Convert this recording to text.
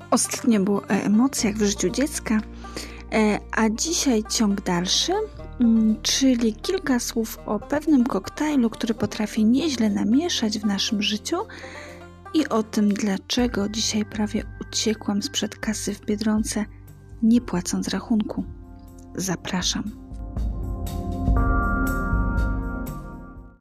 Ostatnio było o emocjach w życiu dziecka, a dzisiaj ciąg dalszy, czyli kilka słów o pewnym koktajlu, który potrafi nieźle namieszać w naszym życiu i o tym, dlaczego dzisiaj prawie uciekłam sprzed kasy w Biedronce, nie płacąc rachunku. Zapraszam.